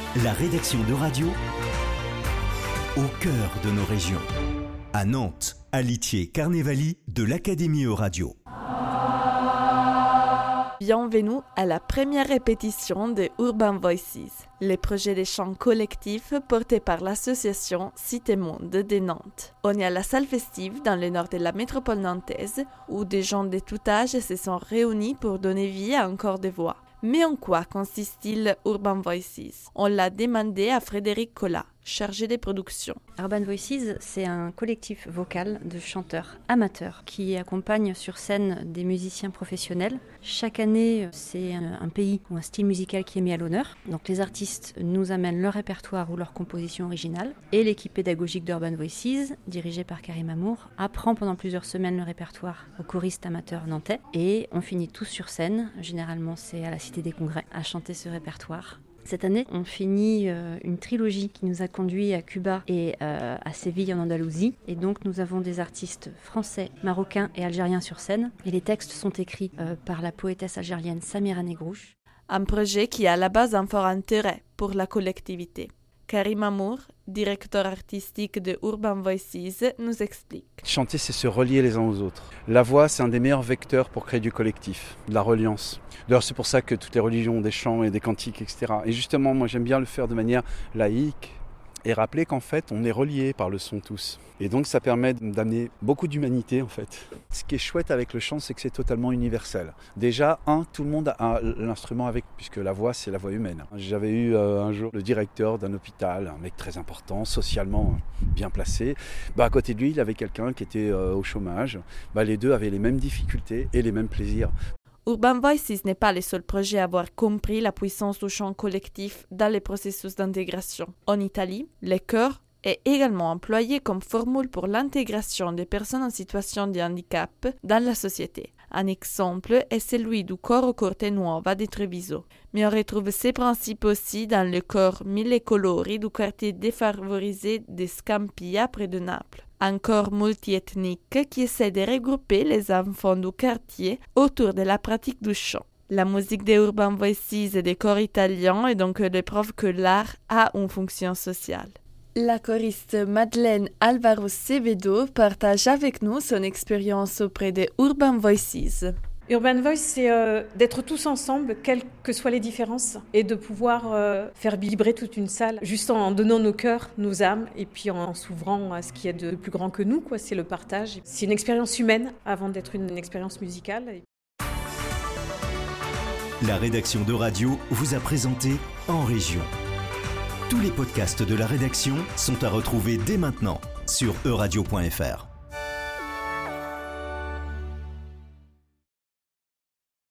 La rédaction de radio au cœur de nos régions. À Nantes, à Litier, Carnevali de l'Académie Euradio. Bienvenue à la première répétition de Urban Voices, le projet de chant collectif porté par l'association Cité Monde de Nantes. On est à la salle festive dans le nord de la métropole nantaise où des gens de tout âge se sont réunis pour donner vie à un corps de voix. Mais en quoi consiste-t-il Urban Voices? On l'a demandé à Frédéric Collat, chargé des productions. Urban Voices, c'est un collectif vocal de chanteurs amateurs qui accompagne sur scène des musiciens professionnels. Chaque année, c'est un pays ou un style musical qui est mis à l'honneur. Donc les artistes nous amènent leur répertoire ou leur composition originale. Et l'équipe pédagogique d'Urban Voices, dirigée par Karim Amour, apprend pendant plusieurs semaines le répertoire aux choristes amateurs nantais. Et on finit tous sur scène, généralement c'est à la Cité des Congrès, à chanter ce répertoire. Cette année, on finit une trilogie qui nous a conduits à Cuba et à Séville en Andalousie. Et donc, nous avons des artistes français, marocains et algériens sur scène. Et les textes sont écrits par la poétesse algérienne Samira Negrouche. Un projet qui a à la base un fort intérêt pour la collectivité. Karim Amour, directeur artistique de Urban Voices, nous explique. Chanter, c'est se relier les uns aux autres. La voix, c'est un des meilleurs vecteurs pour créer du collectif, de la reliance. D'ailleurs, c'est pour ça que toutes les religions ont des chants et des cantiques, etc. Et justement, moi, j'aime bien le faire de manière laïque et rappeler qu'en fait, on est reliés par le son tous. Et donc, ça permet d'amener beaucoup d'humanité, en fait. Ce qui est chouette avec le chant, c'est que c'est totalement universel. Déjà, tout le monde a l'instrument avec, puisque la voix, c'est la voix humaine. J'avais eu un jour le directeur d'un hôpital, un mec très important, socialement bien placé. À côté de lui, il avait quelqu'un qui était au chômage. Les deux avaient les mêmes difficultés et les mêmes plaisirs. Urban Voices n'est pas le seul projet à avoir compris la puissance du chant collectif dans les processus d'intégration. En Italie, le chœur est également employé comme formule pour l'intégration des personnes en situation de handicap dans la société. Un exemple est celui du coro Corte Nuova de Treviso. Mais on retrouve ces principes aussi dans le chœur Mille Colori du quartier défavorisé de Scampia près de Naples. Un chœur multiethnique qui essaie de regrouper les enfants du quartier autour de la pratique du chant. La musique des Urban Voices et des chœurs italiens est donc la preuve que l'art a une fonction sociale. La choriste Madeleine Alvaro Sevedo partage avec nous son expérience auprès des Urban Voices. Urban Voice, c'est d'être tous ensemble, quelles que soient les différences, et de pouvoir faire vibrer toute une salle, juste en donnant nos cœurs, nos âmes, et puis en s'ouvrant à ce qui est de plus grand que nous, c'est le partage. C'est une expérience humaine avant d'être une expérience musicale. La rédaction de radio vous a présenté En Région. Tous les podcasts de la rédaction sont à retrouver dès maintenant sur euradio.fr.